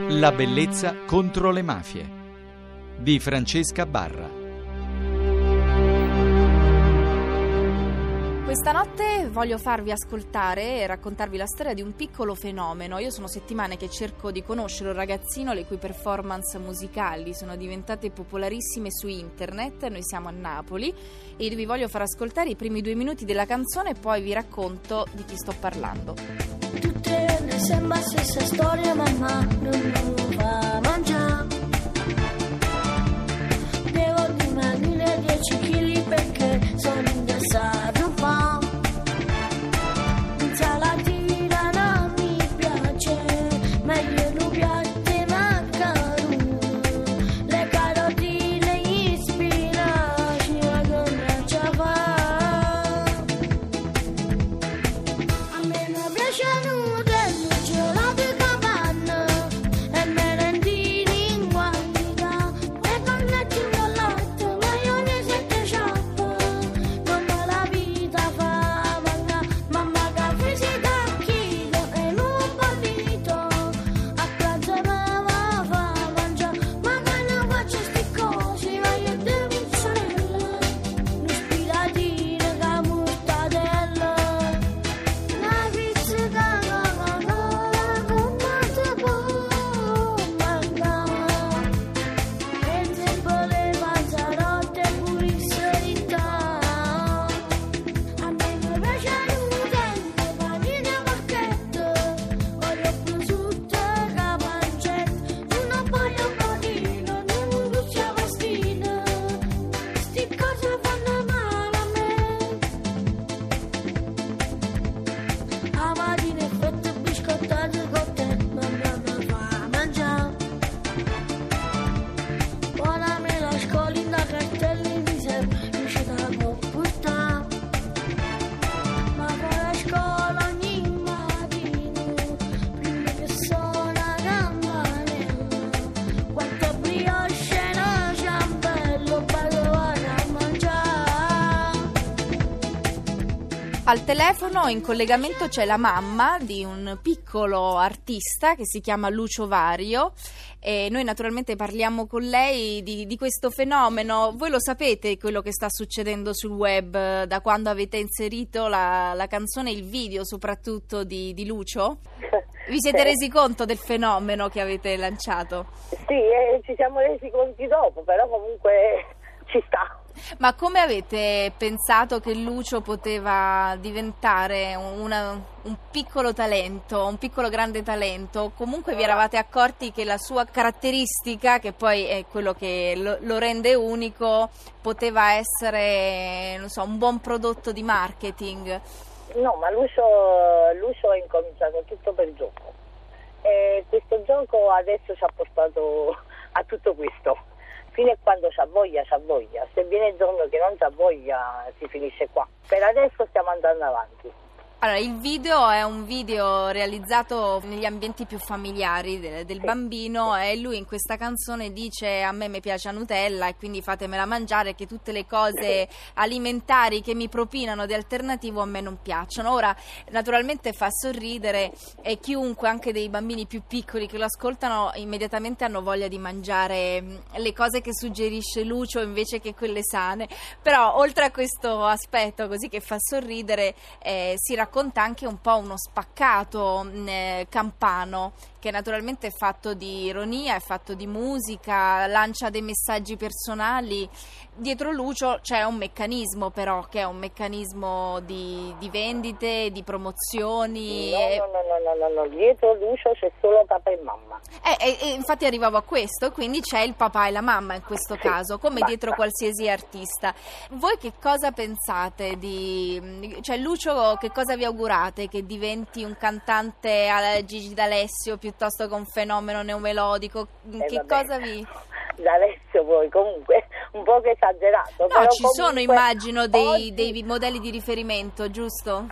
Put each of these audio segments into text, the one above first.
La bellezza contro le mafie di Francesca Barra. Questa notte voglio farvi ascoltare e raccontarvi la storia di un piccolo fenomeno. Io sono settimane che cerco di conoscere un ragazzino le cui performance musicali sono diventate popolarissime su internet. Noi siamo a Napoli e vi voglio far ascoltare i primi 2 minuti della canzone e poi vi racconto di chi sto parlando. Tutte ne sembra stessa storia, mamma non mi fa mangiare. Devo dimagrire 10 kg perché sono ingrassato un po'. Insalatina non mi piace, meglio un piatto e macaron. Le carotine, gli spinaci, la gonna ci fa. A me non piace nulla, gelato e capanna e merendini in quantità. E cornetti in latte, maionese e ketchup. Come la vita fa, mamma caffè si dà chilo e non bollito. A pranzo mamma fa mangiare, ma quando faccio sti cose, ma io devo sorella. L'ispiratino che mortadella. La pizza che Coca-Cola con quanto può mancare. E tempo le panzarotte pulisserità. A me non piace l'utente, panini a pacchetto, olio prosciutto e capancetto. Non voglio panino, non mi piace pastina. Sti cose fanno male a me. Amadine fette biscottate cotte, mamma mi fa mangiare. Buona me la scolina, cartelli di sempre, riuscita a portare. Ma poi a scuola ogni mattino, prima che suona campanella, quattro brioche e una ciambello, bello a mangiare. Al telefono in collegamento c'è la mamma di un piccolo artista che si chiama Lucio Vario e noi naturalmente parliamo con lei di questo fenomeno. Voi lo sapete quello che sta succedendo sul web da quando avete inserito la canzone e il video soprattutto di Lucio? Vi siete resi conto del fenomeno che avete lanciato? Sì, ci siamo resi conti dopo, però comunque ci sta. Ma come avete pensato che Lucio poteva diventare un piccolo talento, un piccolo grande talento? Comunque vi eravate accorti che la sua caratteristica, che poi è quello che lo rende unico, poteva essere, non so, un buon prodotto di marketing? No, ma Lucio ha incominciato tutto per gioco. E questo gioco adesso ci ha portato a tutto questo. Fino a quando c'ha voglia, c'ha voglia. Se viene il giorno che non c'ha voglia, si finisce qua. Per adesso stiamo andando avanti. Allora, il video è un video realizzato negli ambienti più familiari del bambino e lui in questa canzone dice: a me piace la Nutella e quindi fatemela mangiare, che tutte le cose alimentari che mi propinano di alternativo a me non piacciono. Ora, naturalmente fa sorridere e chiunque, anche dei bambini più piccoli che lo ascoltano, immediatamente hanno voglia di mangiare le cose che suggerisce Lucio invece che quelle sane. Però, oltre a questo aspetto così che fa sorridere, si racconta anche un po' uno spaccato campano, che naturalmente è fatto di ironia, è fatto di musica, lancia dei messaggi personali. Dietro Lucio c'è un meccanismo però, che è un meccanismo di vendite, di promozioni. No, dietro Lucio c'è solo papà e mamma. E infatti arrivavo a questo, quindi c'è il papà e la mamma in questo caso, come basta. dietro qualsiasi artista. Voi che cosa pensate cioè Lucio, che cosa vi augurate? Che diventi un cantante alla Gigi D'Alessio piuttosto che un fenomeno neomelodico? Cosa vi... D'Alessio poi comunque un po' esagerato. No, però ci comunque, sono, immagino, dei modelli di riferimento, giusto?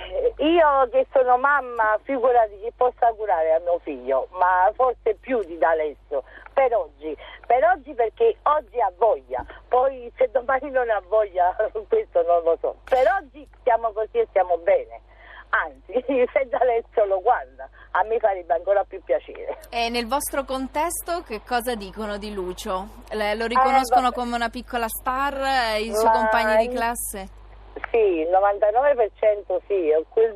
Io che sono mamma, figurati che posso augurare a mio figlio, ma forse più di D'Alessio, per oggi perché oggi ha voglia, poi se domani non ha voglia questo non lo so, per oggi stiamo così e stiamo bene. anzi, se da letto lo guarda, a me farebbe ancora più piacere. E nel vostro contesto che cosa dicono di Lucio? Lo riconoscono come una piccola star, i suoi compagni di classe? Sì, il 99% sì, quel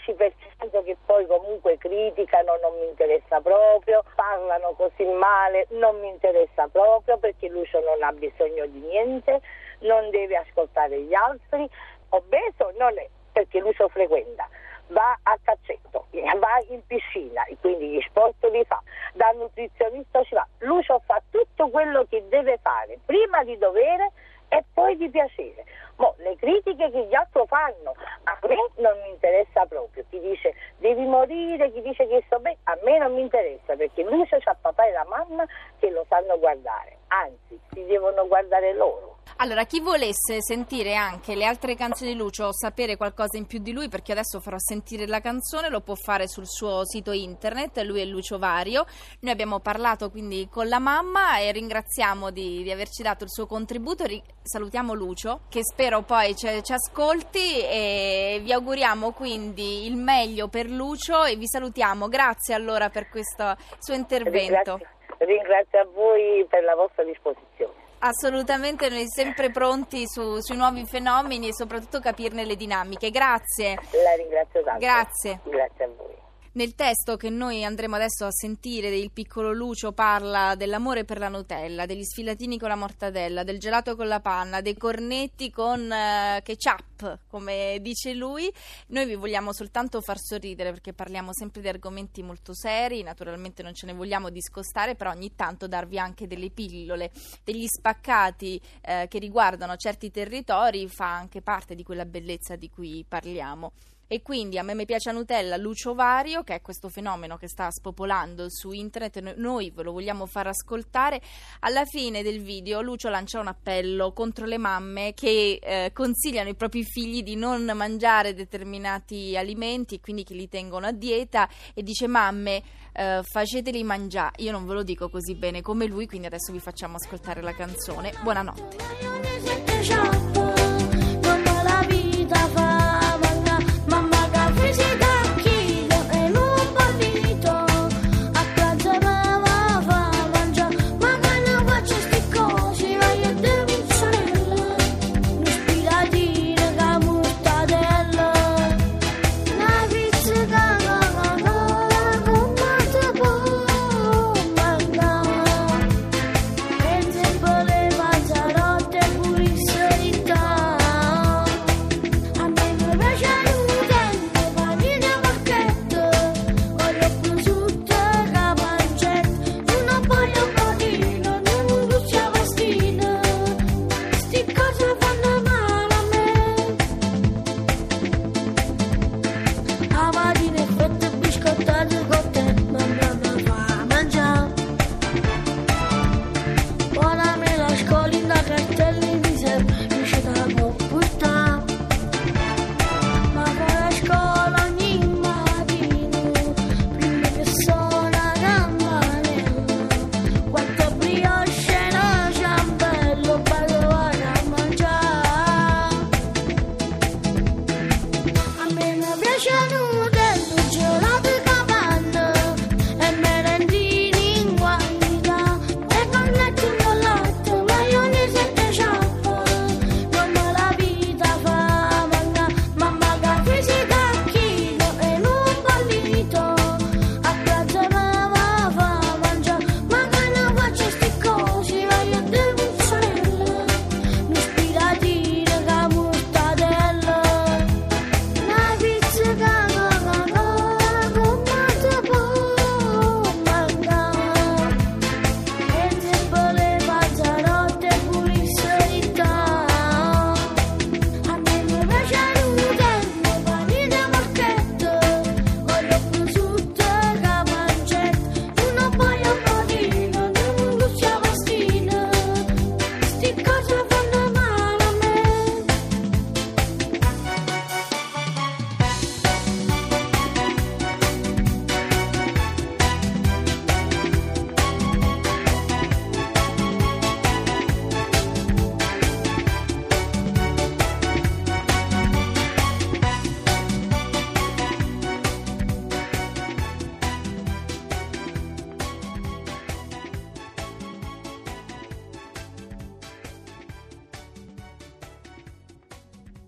10% che poi comunque criticano non mi interessa proprio, parlano così male, non mi interessa proprio, perché Lucio non ha bisogno di niente, non deve ascoltare gli altri, obeso non è, perché Lucio frequenta, va a calcetto, va in piscina, quindi gli sport li fa, da nutrizionista ci va. Lucio fa tutto quello che deve fare, prima di dovere e poi di piacere. Le critiche che gli altri fanno a me non mi interessa proprio. Chi dice devi morire, chi dice che sto bene, a me non mi interessa, perché Lucio c'ha papà e la mamma che lo sanno guardare, anzi si devono guardare loro. Allora, chi volesse sentire anche le altre canzoni di Lucio o sapere qualcosa in più di lui, perché adesso farò sentire la canzone, lo può fare sul suo sito internet, lui è Lucio Vario. Noi abbiamo parlato quindi con la mamma e ringraziamo di averci dato il suo contributo. Salutiamo Lucio, che spero poi ci ascolti, e vi auguriamo quindi il meglio per Lucio e vi salutiamo. Grazie allora per questo suo intervento. Ringrazio a voi per la vostra disposizione. Assolutamente, noi sempre pronti sui nuovi fenomeni e soprattutto capirne le dinamiche. Grazie. La ringrazio tanto. Grazie. Grazie a voi. Nel testo che noi andremo adesso a sentire del piccolo Lucio parla dell'amore per la Nutella, degli sfilatini con la mortadella, del gelato con la panna, dei cornetti con ketchup, come dice lui. Noi vi vogliamo soltanto far sorridere, perché parliamo sempre di argomenti molto seri, naturalmente non ce ne vogliamo discostare, però ogni tanto darvi anche delle pillole, degli spaccati che riguardano certi territori, fa anche parte di quella bellezza di cui parliamo. E quindi a me piace la Nutella, Lucio Vario, che è questo fenomeno che sta spopolando su internet, noi ve lo vogliamo far ascoltare. Alla fine del video Lucio lancia un appello contro le mamme che consigliano ai propri figli di non mangiare determinati alimenti, quindi che li tengono a dieta, e dice: mamme, faceteli mangiare. Io non ve lo dico così bene come lui, quindi adesso vi facciamo ascoltare la canzone. Buonanotte.